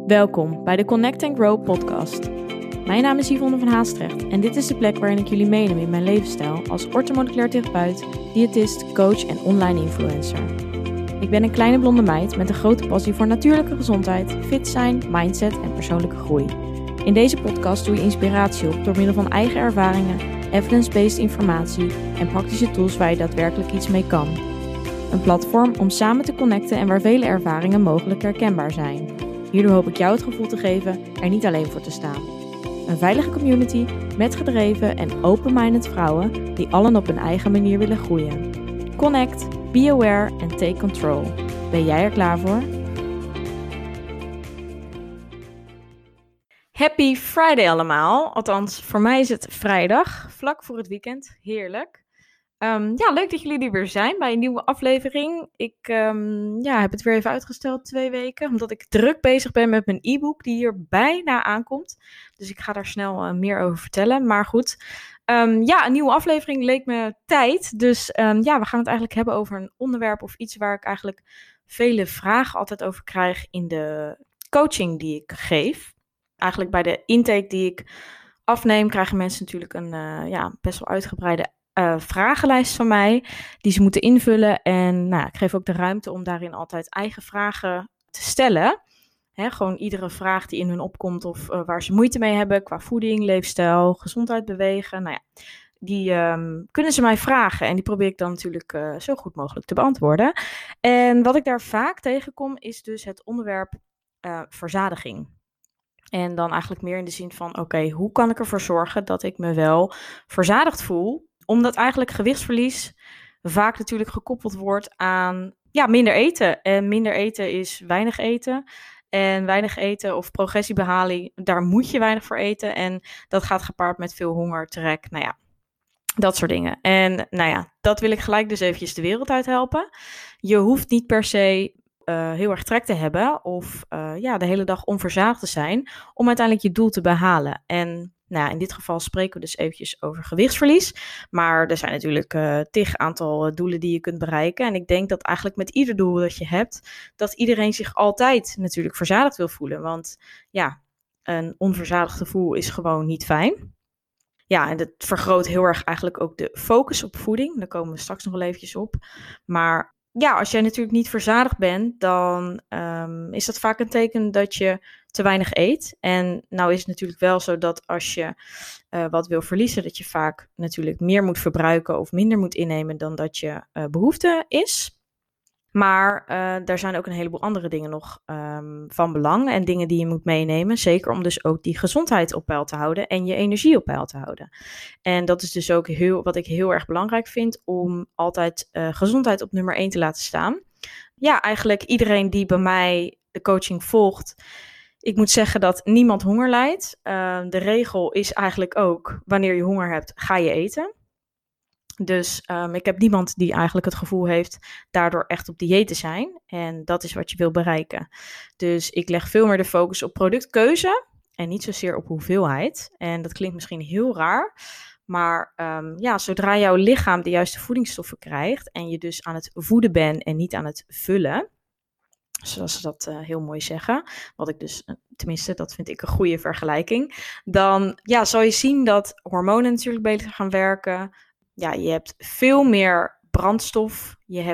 Welkom bij de Connect & Grow podcast. Mijn naam is Yvonne van Haastrecht en dit is de plek waarin ik jullie meeneem in mijn levensstijl als orthomoleculair therapeut, diëtist, coach en online influencer. Ik ben een kleine blonde meid met een grote passie voor natuurlijke gezondheid, fit zijn, mindset en persoonlijke groei. In deze podcast doe je inspiratie op door middel van eigen ervaringen, evidence-based informatie en praktische tools waar je daadwerkelijk iets mee kan. Een platform om samen te connecten en waar vele ervaringen mogelijk herkenbaar zijn. Hierdoor hoop ik jou het gevoel te geven er niet alleen voor te staan. Een veilige community met gedreven en open-minded vrouwen die allen op hun eigen manier willen groeien. Connect, be aware en take control. Ben jij er klaar voor? Happy Friday allemaal. Althans, voor mij is het vrijdag, vlak voor het weekend. Heerlijk. Leuk dat jullie er weer zijn bij een nieuwe aflevering. Ik heb het weer even uitgesteld 2 weken, omdat ik druk bezig ben met mijn e-book die hier bijna aankomt. Dus ik ga daar snel meer over vertellen. Maar goed, een nieuwe aflevering leek me tijd. Dus we gaan het eigenlijk hebben over een onderwerp of iets waar ik eigenlijk vele vragen altijd over krijg in de coaching die ik geef. Eigenlijk bij de intake die ik afneem krijgen mensen natuurlijk een best wel uitgebreide vragenlijst van mij, die ze moeten invullen. En ik geef ook de ruimte om daarin altijd eigen vragen te stellen. Gewoon iedere vraag die in hun opkomt of waar ze moeite mee hebben qua voeding, leefstijl, gezondheid, bewegen. Die kunnen ze mij vragen en die probeer ik dan natuurlijk zo goed mogelijk te beantwoorden. En wat ik daar vaak tegenkom is dus het onderwerp verzadiging. En dan eigenlijk meer in de zin van, hoe kan ik ervoor zorgen dat ik me wel verzadigd voel? Omdat eigenlijk gewichtsverlies vaak natuurlijk gekoppeld wordt aan minder eten. En minder eten is weinig eten. En weinig eten of progressie behalen, daar moet je weinig voor eten. En dat gaat gepaard met veel honger, trek, dat soort dingen. En dat wil ik gelijk dus eventjes de wereld uit helpen. Je hoeft niet per se heel erg trek te hebben of de hele dag onverzadigd te zijn om uiteindelijk je doel te behalen. En in dit geval spreken we dus eventjes over gewichtsverlies. Maar er zijn natuurlijk tig aantal doelen die je kunt bereiken. En ik denk dat eigenlijk met ieder doel dat je hebt, dat iedereen zich altijd natuurlijk verzadigd wil voelen. Want een onverzadigd gevoel is gewoon niet fijn. Ja, en dat vergroot heel erg eigenlijk ook de focus op voeding. Daar komen we straks nog wel eventjes op. Maar als jij natuurlijk niet verzadigd bent, dan is dat vaak een teken dat je te weinig eet. En nou is het natuurlijk wel zo dat als je wat wil verliezen, dat je vaak natuurlijk meer moet verbruiken of minder moet innemen dan dat je behoefte is. Maar daar zijn ook een heleboel andere dingen nog van belang en dingen die je moet meenemen. Zeker om dus ook die gezondheid op peil te houden en je energie op peil te houden. En dat is dus ook wat ik heel erg belangrijk vind, om altijd gezondheid op nummer 1 te laten staan. Ja, eigenlijk iedereen die bij mij de coaching volgt, ik moet zeggen dat niemand honger lijdt. De regel is eigenlijk ook, wanneer je honger hebt, ga je eten. Dus ik heb niemand die eigenlijk het gevoel heeft daardoor echt op dieet te zijn. En dat is wat je wil bereiken. Dus ik leg veel meer de focus op productkeuze en niet zozeer op hoeveelheid. En dat klinkt misschien heel raar. Maar zodra jouw lichaam de juiste voedingsstoffen krijgt en je dus aan het voeden bent en niet aan het vullen, zoals ze dat heel mooi zeggen, wat ik dus, tenminste, dat vind ik een goede vergelijking, dan zal je zien dat hormonen natuurlijk beter gaan werken. Ja, je hebt veel meer brandstof,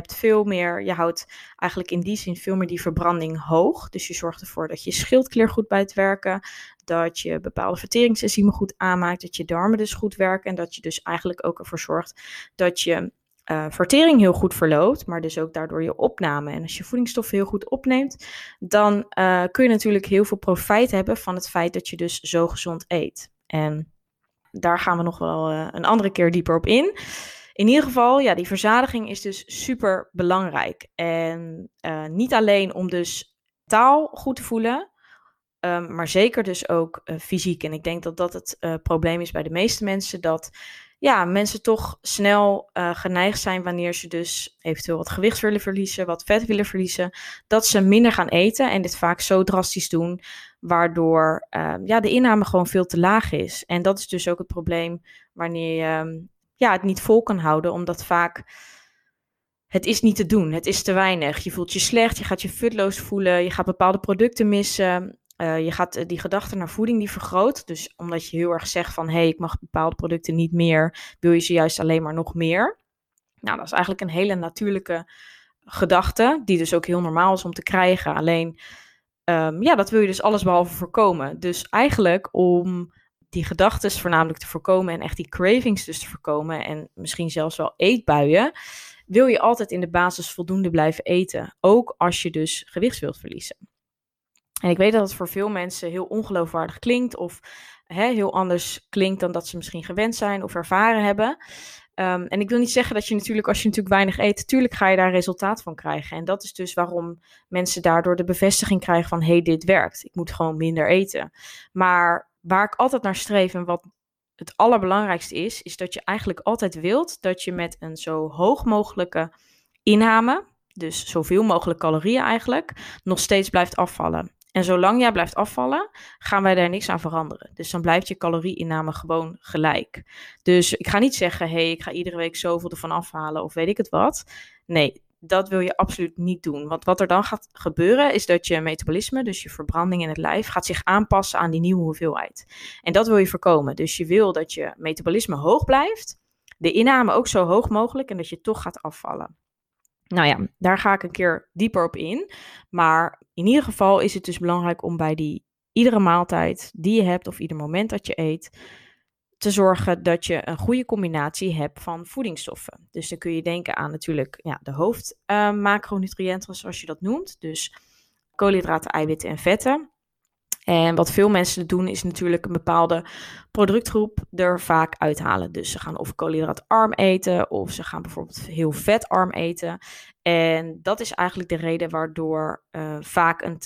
je houdt eigenlijk in die zin veel meer die verbranding hoog. Dus je zorgt ervoor dat je schildklier goed bij het werken, dat je bepaalde verteringsenzymen goed aanmaakt, dat je darmen dus goed werken en dat je dus eigenlijk ook ervoor zorgt dat je vertering heel goed verloopt, maar dus ook daardoor je opname. En als je voedingsstoffen heel goed opneemt, dan kun je natuurlijk heel veel profijt hebben van het feit dat je dus zo gezond eet. En daar gaan we nog wel een andere keer dieper op in. In ieder geval, die verzadiging is dus super belangrijk. En niet alleen om dus taal goed te voelen, maar zeker dus ook fysiek. En ik denk dat dat het probleem is bij de meeste mensen, dat mensen toch snel geneigd zijn wanneer ze dus eventueel wat gewicht willen verliezen, wat vet willen verliezen, dat ze minder gaan eten en dit vaak zo drastisch doen, waardoor de inname gewoon veel te laag is. En dat is dus ook het probleem wanneer je het niet vol kan houden, omdat vaak het is niet te doen, het is te weinig. Je voelt je slecht, je gaat je futloos voelen, je gaat bepaalde producten missen. Je gaat die gedachte naar voeding die vergroot. Dus omdat je heel erg zegt van, hey, ik mag bepaalde producten niet meer, wil je ze juist alleen maar nog meer. Nou, dat is eigenlijk een hele natuurlijke gedachte, die dus ook heel normaal is om te krijgen. Alleen, dat wil je dus allesbehalve voorkomen. Dus eigenlijk om die gedachten voornamelijk te voorkomen en echt die cravings dus te voorkomen en misschien zelfs wel eetbuien, wil je altijd in de basis voldoende blijven eten. Ook als je dus gewicht wilt verliezen. En ik weet dat het voor veel mensen heel ongeloofwaardig klinkt of heel anders klinkt dan dat ze misschien gewend zijn of ervaren hebben. En ik wil niet zeggen dat je natuurlijk, als je natuurlijk weinig eet, natuurlijk ga je daar resultaat van krijgen. En dat is dus waarom mensen daardoor de bevestiging krijgen van, hey, dit werkt. Ik moet gewoon minder eten. Maar waar ik altijd naar streef en wat het allerbelangrijkste is dat je eigenlijk altijd wilt dat je met een zo hoog mogelijke inname, dus zoveel mogelijk calorieën eigenlijk, nog steeds blijft afvallen. En zolang jij blijft afvallen, gaan wij daar niks aan veranderen. Dus dan blijft je calorieinname gewoon gelijk. Dus ik ga niet zeggen, hey, ik ga iedere week zoveel ervan afhalen of weet ik het wat. Nee, dat wil je absoluut niet doen. Want wat er dan gaat gebeuren is dat je metabolisme, dus je verbranding in het lijf, gaat zich aanpassen aan die nieuwe hoeveelheid. En dat wil je voorkomen. Dus je wil dat je metabolisme hoog blijft, de inname ook zo hoog mogelijk en dat je toch gaat afvallen. Nou ja, daar ga ik een keer dieper op in. Maar in ieder geval is het dus belangrijk om bij iedere maaltijd die je hebt of ieder moment dat je eet, te zorgen dat je een goede combinatie hebt van voedingsstoffen. Dus dan kun je denken aan natuurlijk de hoofdmacronutriënten, zoals je dat noemt. Dus koolhydraten, eiwitten en vetten. En wat veel mensen doen is natuurlijk een bepaalde productgroep er vaak uithalen. Dus ze gaan of koolhydraatarm eten of ze gaan bijvoorbeeld heel vetarm eten. En dat is eigenlijk de reden waardoor vaak een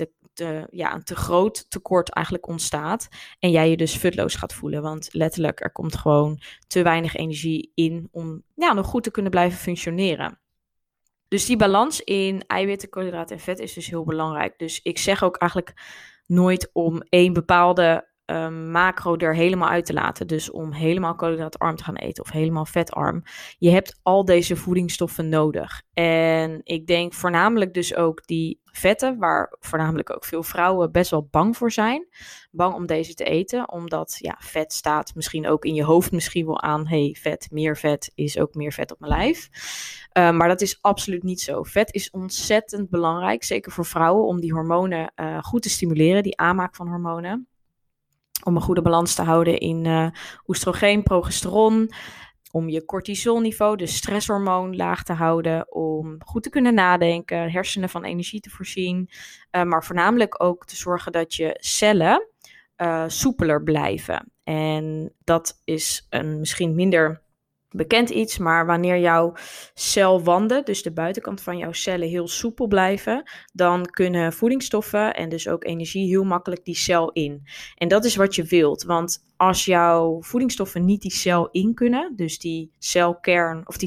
te groot tekort eigenlijk ontstaat. En jij je dus futloos gaat voelen. Want letterlijk, er komt gewoon te weinig energie in om nog goed te kunnen blijven functioneren. Dus die balans in eiwitten, koolhydraten en vet is dus heel belangrijk. Dus ik zeg ook eigenlijk nooit om één bepaalde macro er helemaal uit te laten. Dus om helemaal koolhydraatarm te gaan eten of helemaal vetarm. Je hebt al deze voedingsstoffen nodig. En ik denk voornamelijk dus ook die vetten, waar voornamelijk ook veel vrouwen best wel bang voor zijn. Bang om deze te eten, omdat vet staat misschien ook in je hoofd misschien wel aan. Hey, meer vet is ook meer vet op mijn lijf. Maar dat is absoluut niet zo. Vet is ontzettend belangrijk, zeker voor vrouwen, om die hormonen goed te stimuleren, die aanmaak van hormonen. Om een goede balans te houden in oestrogeen, progesteron. Om je cortisolniveau, dus stresshormoon, laag te houden. Om goed te kunnen nadenken, hersenen van energie te voorzien. Maar voornamelijk ook te zorgen dat je cellen soepeler blijven. En dat is een misschien minder bekend iets, maar wanneer jouw celwanden, dus de buitenkant van jouw cellen, heel soepel blijven, dan kunnen voedingsstoffen en dus ook energie heel makkelijk die cel in. En dat is wat je wilt, want als jouw voedingsstoffen niet die cel in kunnen, dus die celkern of die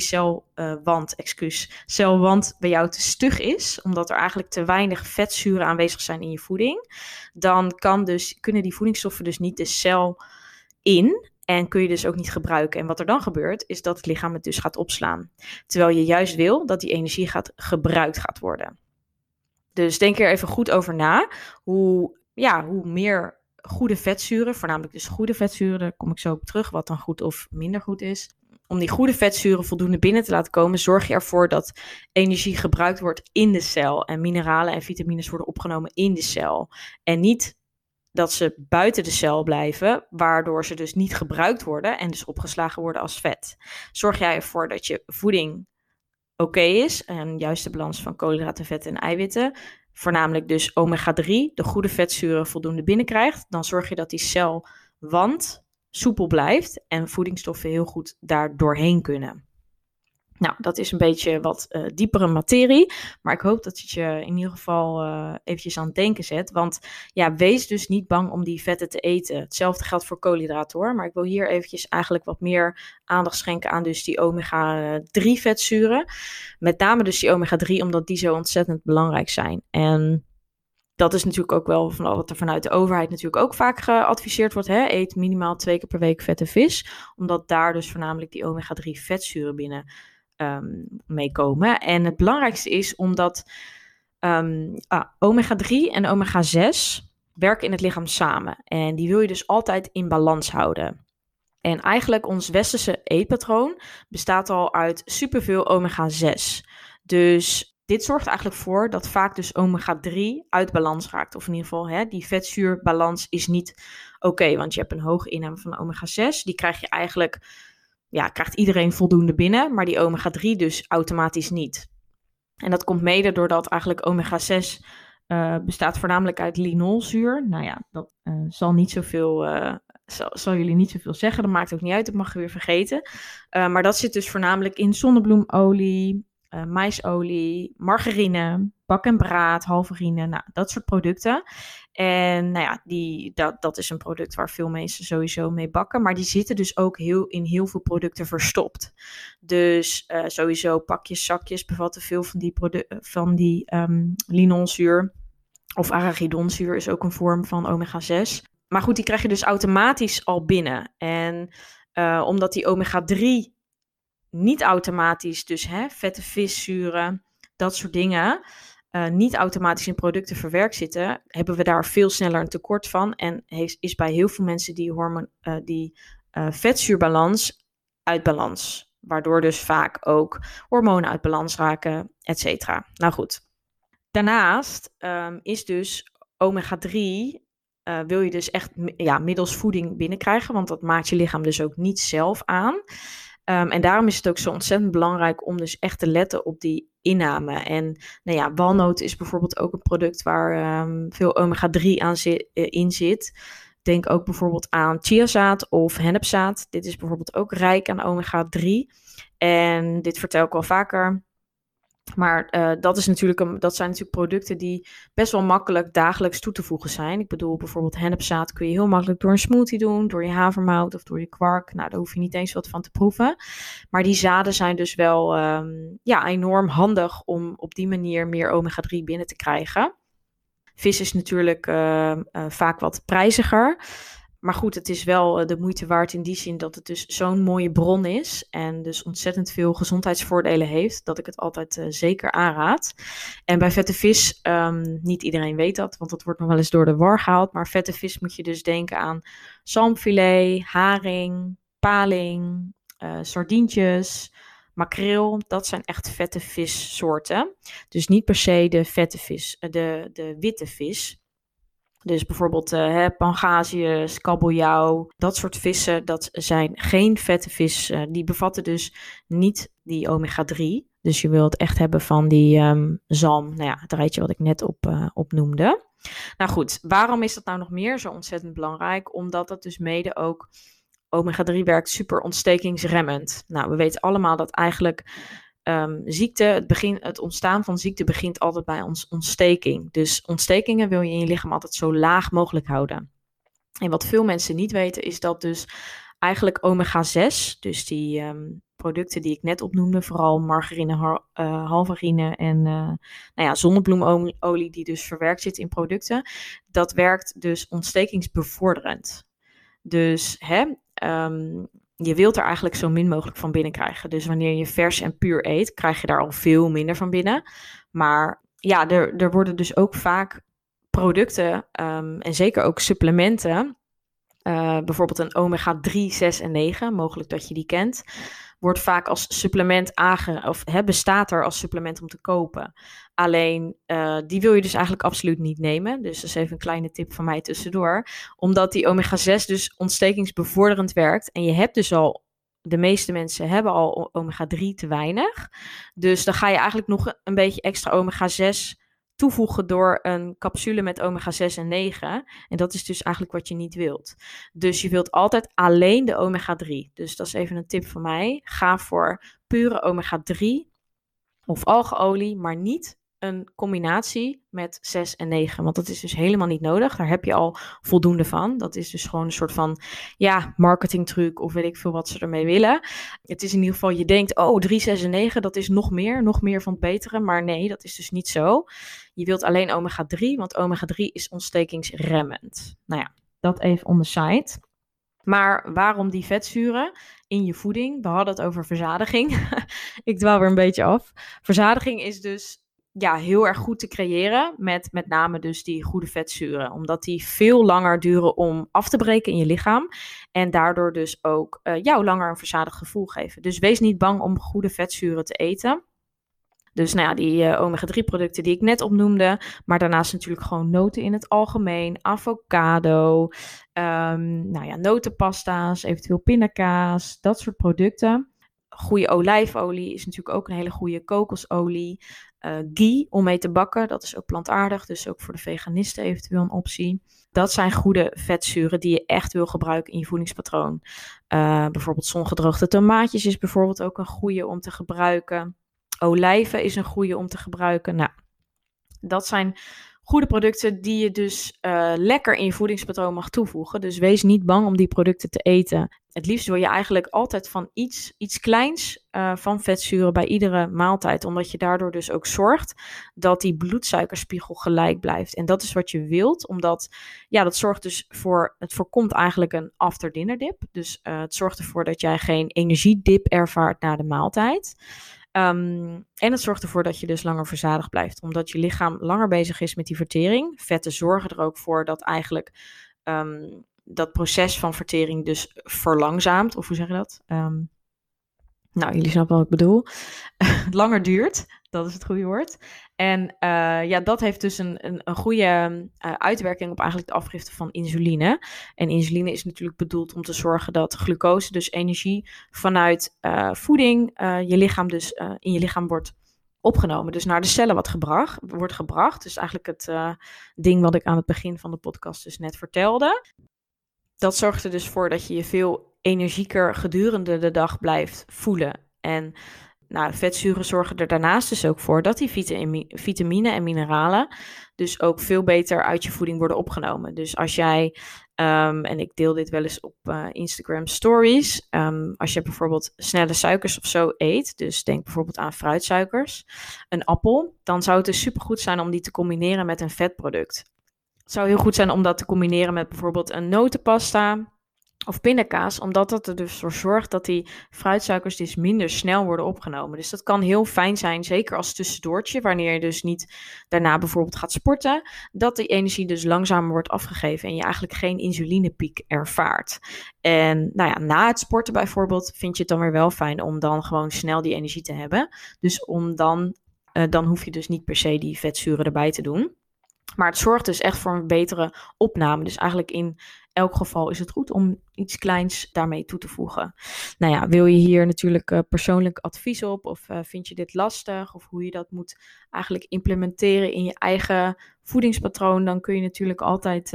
celwand bij jou te stug is, omdat er eigenlijk te weinig vetzuren aanwezig zijn in je voeding, dan kunnen die voedingsstoffen dus niet de cel in. En kun je dus ook niet gebruiken. En wat er dan gebeurt, is dat het lichaam het dus gaat opslaan. Terwijl je juist wil dat die energie gebruikt gaat worden. Dus denk er even goed over na. Hoe meer goede vetzuren, voornamelijk dus goede vetzuren, daar kom ik zo op terug, wat dan goed of minder goed is. Om die goede vetzuren voldoende binnen te laten komen, zorg je ervoor dat energie gebruikt wordt in de cel. En mineralen en vitamines worden opgenomen in de cel. En niet dat ze buiten de cel blijven, waardoor ze dus niet gebruikt worden en dus opgeslagen worden als vet. Zorg jij ervoor dat je voeding oké is, een juiste balans van koolhydraten, vetten en eiwitten, voornamelijk dus omega-3, de goede vetzuren voldoende binnenkrijgt, dan zorg je dat die celwand soepel blijft en voedingsstoffen heel goed daar doorheen kunnen. Nou, dat is een beetje wat diepere materie, maar ik hoop dat het je in ieder geval eventjes aan het denken zet. Want wees dus niet bang om die vetten te eten. Hetzelfde geldt voor koolhydraten hoor, maar ik wil hier eventjes eigenlijk wat meer aandacht schenken aan dus die omega-3 vetzuren. Met name dus die omega-3, omdat die zo ontzettend belangrijk zijn. En dat is natuurlijk ook wel van wat er vanuit de overheid natuurlijk ook vaak geadviseerd wordt. Eet minimaal 2 keer per week vette vis, omdat daar dus voornamelijk die omega-3 vetzuren binnen meekomen. En het belangrijkste is omdat omega-3 en omega-6 werken in het lichaam samen. En die wil je dus altijd in balans houden. En eigenlijk ons westerse eetpatroon bestaat al uit superveel omega-6. Dus dit zorgt eigenlijk voor dat vaak dus omega-3 uit balans raakt. Of in ieder geval, die vetzuurbalans is niet oké. Want je hebt een hoge inname van omega-6. Die krijg je eigenlijk, krijgt iedereen voldoende binnen. Maar die omega-3 dus automatisch niet. En dat komt mede doordat eigenlijk omega-6 bestaat voornamelijk uit linolzuur. Nou ja, dat zal jullie niet zoveel zeggen. Dat maakt ook niet uit, dat mag je weer vergeten. Maar dat zit dus voornamelijk in zonnebloemolie, maisolie, margarine, bak en braad, halverine, nou, dat soort producten. En nou ja, dat is een product waar veel mensen sowieso mee bakken. Maar die zitten dus ook in heel veel producten verstopt. Dus sowieso pakjes, zakjes bevatten veel van die linolzuur. Of arachidonzuur is ook een vorm van omega-6. Maar goed, die krijg je dus automatisch al binnen. En omdat die omega-3 niet automatisch, dus vette viszuren, dat soort dingen, niet automatisch in producten verwerkt zitten, hebben we daar veel sneller een tekort van. En is bij heel veel mensen die vetzuurbalans uit balans. Waardoor dus vaak ook hormonen uit balans raken, et cetera. Nou goed. Daarnaast is dus omega-3, wil je dus echt middels voeding binnenkrijgen, want dat maakt je lichaam dus ook niet zelf aan. En daarom is het ook zo ontzettend belangrijk om dus echt te letten op die inname. En nou ja, walnoot is bijvoorbeeld ook een product waar veel omega-3 in zit. Denk ook bijvoorbeeld aan chiazaad of hennepzaad. Dit is bijvoorbeeld ook rijk aan omega-3. En dit vertel ik wel vaker. Maar dat zijn natuurlijk producten die best wel makkelijk dagelijks toe te voegen zijn. Ik bedoel, bijvoorbeeld hennepzaad kun je heel makkelijk door een smoothie doen, door je havermout of door je kwark. Nou, daar hoef je niet eens wat van te proeven. Maar die zaden zijn dus wel enorm handig om op die manier meer omega-3 binnen te krijgen. Vis is natuurlijk vaak wat prijziger. Maar goed, het is wel de moeite waard in die zin dat het dus zo'n mooie bron is. En dus ontzettend veel gezondheidsvoordelen heeft. Dat ik het altijd zeker aanraad. En bij vette vis, niet iedereen weet dat. Want dat wordt nog wel eens door de war gehaald. Maar vette vis moet je dus denken aan zalmfilet, haring, paling, sardientjes, makreel. Dat zijn echt vette vissoorten. Dus niet per se de vette vis, de witte vis. Dus bijvoorbeeld pangasius, kabeljauw, dat soort vissen, dat zijn geen vette vis. Die bevatten dus niet die omega-3. Dus je wilt echt hebben van die zalm, nou ja, het rijtje wat ik net opnoemde. Nou goed, waarom is dat nou nog meer zo ontzettend belangrijk? Omdat dat dus mede ook omega-3 werkt super ontstekingsremmend. Nou, we weten allemaal dat eigenlijk het ontstaan van ziekte begint altijd bij ontsteking. Dus ontstekingen wil je in je lichaam altijd zo laag mogelijk houden. En wat veel mensen niet weten is dat dus eigenlijk omega-6, dus die producten die ik net opnoemde, vooral margarine, halvarine en zonnebloemolie die dus verwerkt zit in producten, dat werkt dus ontstekingsbevorderend. Dus je wilt er eigenlijk zo min mogelijk van binnenkrijgen. Dus wanneer je vers en puur eet, krijg je daar al veel minder van binnen. Maar ja, er worden dus ook vaak producten en zeker ook supplementen. Bijvoorbeeld een omega-3, 6 en 9, mogelijk dat je die kent. Wordt vaak als supplement bestaat er als supplement om te kopen. Alleen, die wil je dus eigenlijk absoluut niet nemen. Dus dat is even een kleine tip van mij tussendoor. Omdat die omega-6 dus ontstekingsbevorderend werkt. En je hebt dus de meeste mensen hebben al omega-3 te weinig. Dus dan ga je eigenlijk nog een beetje extra omega-6 toevoegen door een capsule met omega-6 en 9. En dat is dus eigenlijk wat je niet wilt. Dus je wilt altijd alleen de omega-3. Dus dat is even een tip van mij. Ga voor pure omega-3 of algeolie, maar niet een combinatie met 6 en 9. Want dat is dus helemaal niet nodig. Daar heb je al voldoende van. Dat is dus gewoon een soort van marketingtruc of weet ik veel wat ze ermee willen. Het is in ieder geval, je denkt, 3, 6 en 9, dat is nog meer van het betere. Maar nee, dat is dus niet zo. Je wilt alleen omega-3, want omega-3 is ontstekingsremmend. Nou ja, dat even on the side. Maar waarom die vetzuren in je voeding? We hadden het over verzadiging. Ik dwaal weer een beetje af. Verzadiging is dus ja, heel erg goed te creëren met name dus die goede vetzuren. Omdat die veel langer duren om af te breken in je lichaam. En daardoor dus ook jou langer een verzadigd gevoel geven. Dus wees niet bang om goede vetzuren te eten. Dus nou ja, die omega-3 producten die ik net opnoemde. Maar daarnaast natuurlijk gewoon noten in het algemeen. Avocado, nou ja, notenpasta's, eventueel pindakaas, dat soort producten. Goede olijfolie is natuurlijk ook een hele goede kokosolie. Ghee om mee te bakken, dat is ook plantaardig. Dus ook voor de veganisten eventueel een optie. Dat zijn goede vetzuren die je echt wil gebruiken in je voedingspatroon. Bijvoorbeeld zongedroogde tomaatjes is bijvoorbeeld ook een goede om te gebruiken. Olijven is een goede om te gebruiken. Nou, dat zijn goede producten die je dus lekker in je voedingspatroon mag toevoegen. Dus wees niet bang om die producten te eten. Het liefst wil je eigenlijk altijd van iets kleins van vetzuren bij iedere maaltijd. Omdat je daardoor dus ook zorgt dat die bloedsuikerspiegel gelijk blijft. En dat is wat je wilt, omdat ja, dat zorgt dus voor, het voorkomt eigenlijk een after dinner dip. Dus het zorgt ervoor dat jij geen energiedip ervaart na de maaltijd. En het zorgt ervoor dat je dus langer verzadigd blijft. Omdat je lichaam langer bezig is met die vertering. Vetten zorgen er ook voor dat eigenlijk dat proces van vertering dus verlangzaamt. Of hoe zeg je dat? Nou, jullie snappen wat ik bedoel. Langer duurt, dat is het goede woord. En ja, dat heeft dus een goede uitwerking op eigenlijk de afgifte van insuline. En insuline is natuurlijk bedoeld om te zorgen dat glucose, dus energie, vanuit voeding je lichaam dus in je lichaam wordt opgenomen. Dus naar de cellen wordt gebracht. Dus eigenlijk het ding wat ik aan het begin van de podcast dus net vertelde. Dat zorgt er dus voor dat je je veel energieker gedurende de dag blijft voelen. En nou, vetzuren zorgen er daarnaast dus ook voor dat die vitamine en mineralen dus ook veel beter uit je voeding worden opgenomen. Dus als jij, en ik deel dit wel eens op Instagram stories, als je bijvoorbeeld snelle suikers of zo eet, dus denk bijvoorbeeld aan fruitsuikers, een appel, dan zou het dus supergoed zijn om die te combineren met een vetproduct. Het zou heel goed zijn om dat te combineren met bijvoorbeeld een notenpasta of pindakaas, omdat dat er dus voor zorgt dat die fruitsuikers dus minder snel worden opgenomen. Dus dat kan heel fijn zijn, zeker als tussendoortje, wanneer je dus niet daarna bijvoorbeeld gaat sporten, dat die energie dus langzamer wordt afgegeven en je eigenlijk geen insulinepiek ervaart. En nou ja, na het sporten bijvoorbeeld vind je het dan weer wel fijn om dan gewoon snel die energie te hebben. Dus dan hoef je dus niet per se die vetzuren erbij te doen. Maar het zorgt dus echt voor een betere opname. Dus eigenlijk in elk geval is het goed om iets kleins daarmee toe te voegen. Nou ja, wil je hier natuurlijk persoonlijk advies op? Of vind je dit lastig? Of hoe je dat moet eigenlijk implementeren in je eigen voedingspatroon? Dan kun je natuurlijk altijd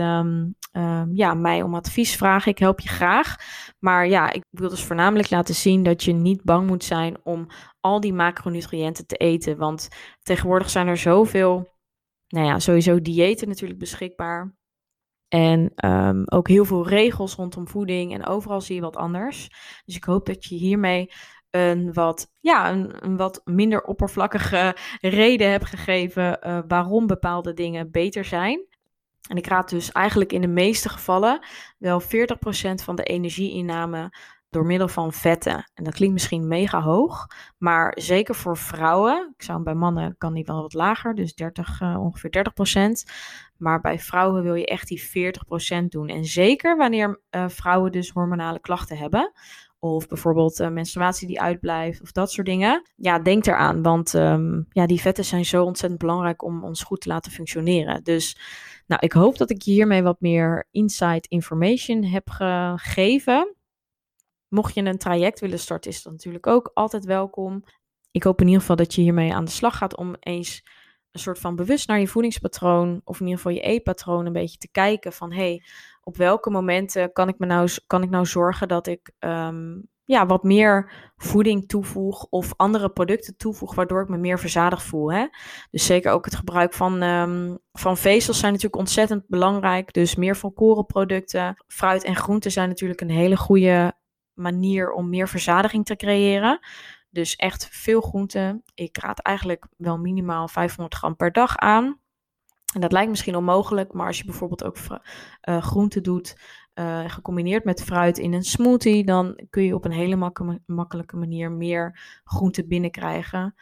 mij om advies vragen. Ik help je graag. Maar ja, ik wil dus voornamelijk laten zien dat je niet bang moet zijn om al die macronutriënten te eten. Want tegenwoordig zijn er zoveel, nou ja, sowieso diëten natuurlijk beschikbaar. En ook heel veel regels rondom voeding. En overal zie je wat anders. Dus ik hoop dat je hiermee een wat minder oppervlakkige reden hebt gegeven waarom bepaalde dingen beter zijn. En ik raad dus eigenlijk in de meeste gevallen wel 40% van de energieinname door middel van vetten. En dat klinkt misschien mega hoog, maar zeker voor vrouwen, bij mannen kan die wel wat lager, dus ongeveer 30%. Maar bij vrouwen wil je echt die 40% doen. En zeker wanneer vrouwen dus hormonale klachten hebben, of bijvoorbeeld menstruatie die uitblijft, of dat soort dingen. Ja, denk eraan, want die vetten zijn zo ontzettend belangrijk om ons goed te laten functioneren. Dus nou, ik hoop dat ik je hiermee wat meer insight information heb gegeven. Mocht je een traject willen starten, is dat natuurlijk ook altijd welkom. Ik hoop in ieder geval dat je hiermee aan de slag gaat om eens een soort van bewust naar je voedingspatroon, of in ieder geval je eetpatroon een beetje te kijken van op welke momenten kan ik nou zorgen dat ik wat meer voeding toevoeg of andere producten toevoeg, waardoor ik me meer verzadigd voel. Hè? Dus zeker ook het gebruik van vezels zijn natuurlijk ontzettend belangrijk. Dus meer volkorenproducten, fruit en groenten zijn natuurlijk een hele goede manier om meer verzadiging te creëren. Dus echt veel groenten. Ik raad eigenlijk wel minimaal 500 gram per dag aan. En dat lijkt misschien onmogelijk, maar als je bijvoorbeeld ook groenten doet, gecombineerd met fruit in een smoothie, dan kun je op een hele makkelijke manier meer groenten binnenkrijgen.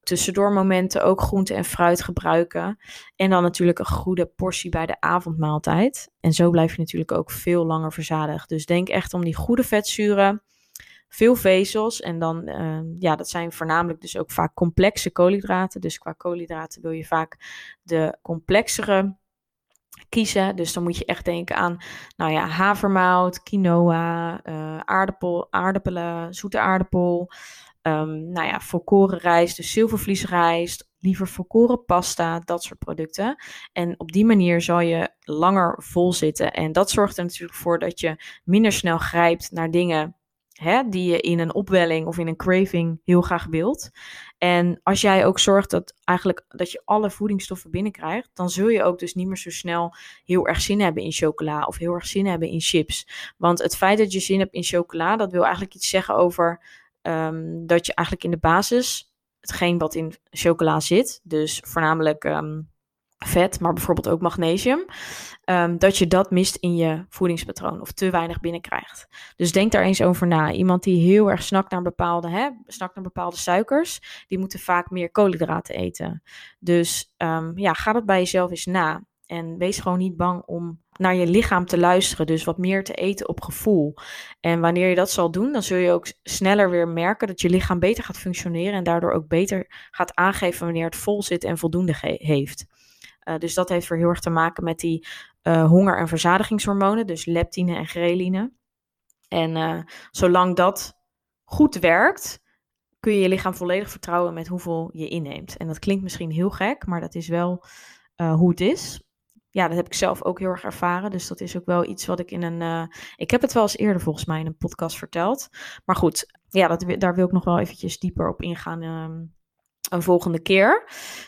tussendoor momenten ook groente en fruit gebruiken. En dan natuurlijk een goede portie bij de avondmaaltijd. En zo blijf je natuurlijk ook veel langer verzadigd. Dus denk echt om die goede vetzuren, veel vezels. En dan, dat zijn voornamelijk dus ook vaak complexe koolhydraten. Dus qua koolhydraten wil je vaak de complexere kiezen. Dus dan moet je echt denken aan havermout, quinoa, aardappelen, zoete aardappel. Volkoren rijst, dus zilvervliesrijst, liever volkoren pasta, dat soort producten. En op die manier zal je langer vol zitten. En dat zorgt er natuurlijk voor dat je minder snel grijpt naar dingen die je in een opwelling of in een craving heel graag wilt. En als jij ook zorgt dat je alle voedingsstoffen binnenkrijgt, dan zul je ook dus niet meer zo snel heel erg zin hebben in chocola of heel erg zin hebben in chips. Want het feit dat je zin hebt in chocola, dat wil eigenlijk iets zeggen over dat je eigenlijk in de basis hetgeen wat in chocola zit, dus voornamelijk vet, maar bijvoorbeeld ook magnesium, dat je dat mist in je voedingspatroon of te weinig binnenkrijgt. Dus denk daar eens over na. Iemand die heel erg snakt naar bepaalde suikers, die moeten vaak meer koolhydraten eten. Dus ga dat bij jezelf eens na. En wees gewoon niet bang om naar je lichaam te luisteren. Dus wat meer te eten op gevoel. En wanneer je dat zal doen, dan zul je ook sneller weer merken dat je lichaam beter gaat functioneren. En daardoor ook beter gaat aangeven wanneer het vol zit en voldoende heeft. Dus dat heeft weer heel erg te maken met die honger- en verzadigingshormonen. Dus leptine en ghreline. En zolang dat goed werkt, kun je je lichaam volledig vertrouwen met hoeveel je inneemt. En dat klinkt misschien heel gek, maar dat is wel hoe het is. Ja, dat heb ik zelf ook heel erg ervaren. Dus dat is ook wel iets wat ik ik heb het wel eens eerder volgens mij in een podcast verteld. Maar goed, ja, daar wil ik nog wel eventjes dieper op ingaan een volgende keer.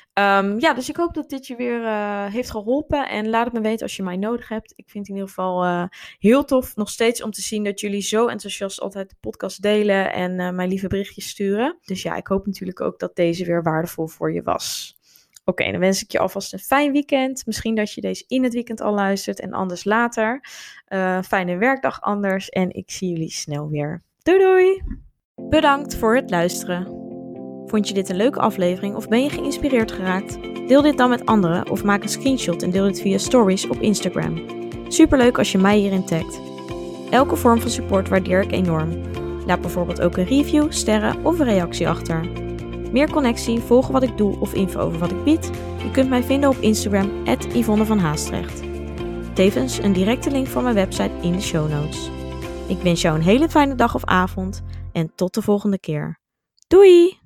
Dus ik hoop dat dit je weer heeft geholpen. En laat het me weten als je mij nodig hebt. Ik vind het in ieder geval heel tof nog steeds om te zien dat jullie zo enthousiast altijd de podcast delen en mij lieve berichtjes sturen. Dus ja, ik hoop natuurlijk ook dat deze weer waardevol voor je was. Oké, dan wens ik je alvast een fijn weekend. Misschien dat je deze in het weekend al luistert en anders later. Fijne werkdag anders en ik zie jullie snel weer. Doei doei! Bedankt voor het luisteren. Vond je dit een leuke aflevering of ben je geïnspireerd geraakt? Deel dit dan met anderen of maak een screenshot en deel dit via stories op Instagram. Superleuk als je mij hierin tagt. Elke vorm van support waardeer ik enorm. Laat bijvoorbeeld ook een review, sterren of een reactie achter. Meer connectie, volgen wat ik doe of info over wat ik bied? Je kunt mij vinden op Instagram @Yvonne van Haastrecht. Tevens een directe link van mijn website in de show notes. Ik wens jou een hele fijne dag of avond en tot de volgende keer. Doei!